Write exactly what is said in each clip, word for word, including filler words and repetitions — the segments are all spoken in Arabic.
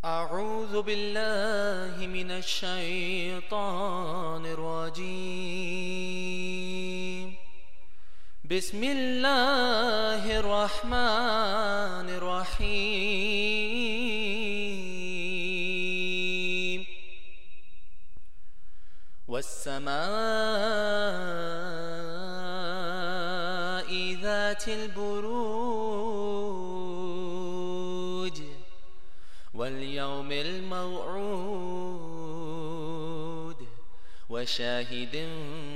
أعوذ بالله من الشيطان الرجيم. بسم الله الرحمن الرحيم. والسماء ذات البروج واليوم الموعود وشاهد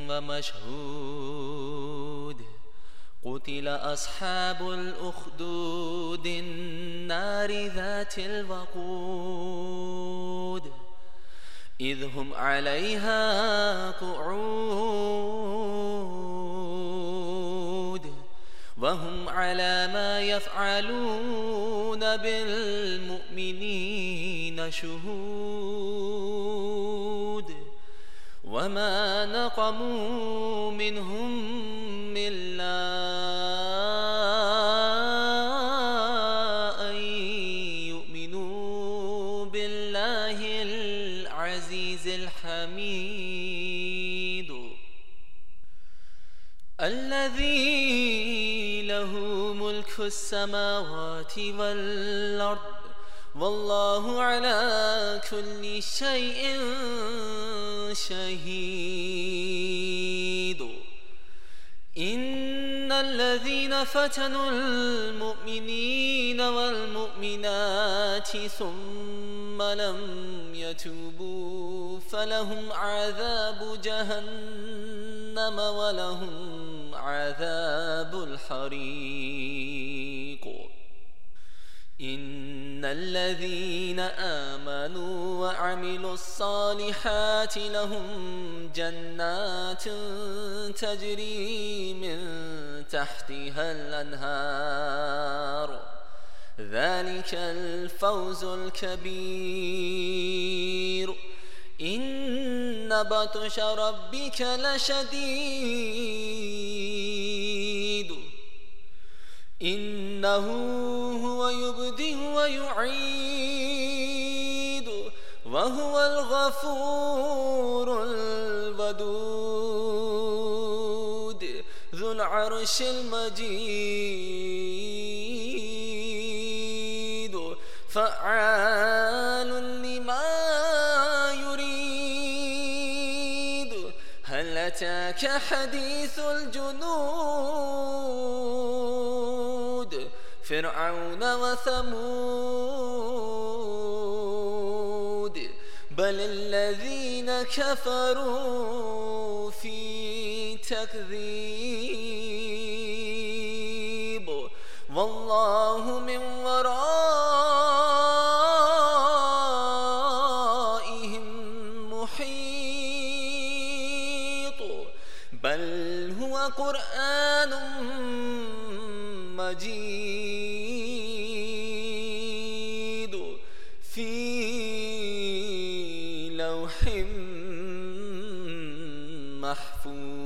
ومشهود. قتل أصحاب الأخدود النار ذات الوقود إذ هم عليها قعود وهم على ما يفعلون بالمؤمنين شهود. وما نقموا منهم إلا أن يؤمنوا بالله العزيز الحميد الذي له ملك السماوات والأرض والله على كل شيء شهيد. إن الذين فتنوا المؤمنين والمؤمنات ثم لم يتوبوا فلهم عذاب جهنم ولهم عذاب الحريق. إن الذين آمنوا وعملوا الصالحات لهم جنات تجري من تحتها الأنهار ذلك الفوز الكبير. إن بطش ربك لشديد إنه هو يبدئ ويعيد وهو الغفور الودود ذو العرش المجيد فعال لما يريد. هل أتاك حديث الجنود فرعون وثمود بل الذين كفروا في تكذيب والله من ورائهم محيط. بل هو قرآن مجيد في لوح محفوظ.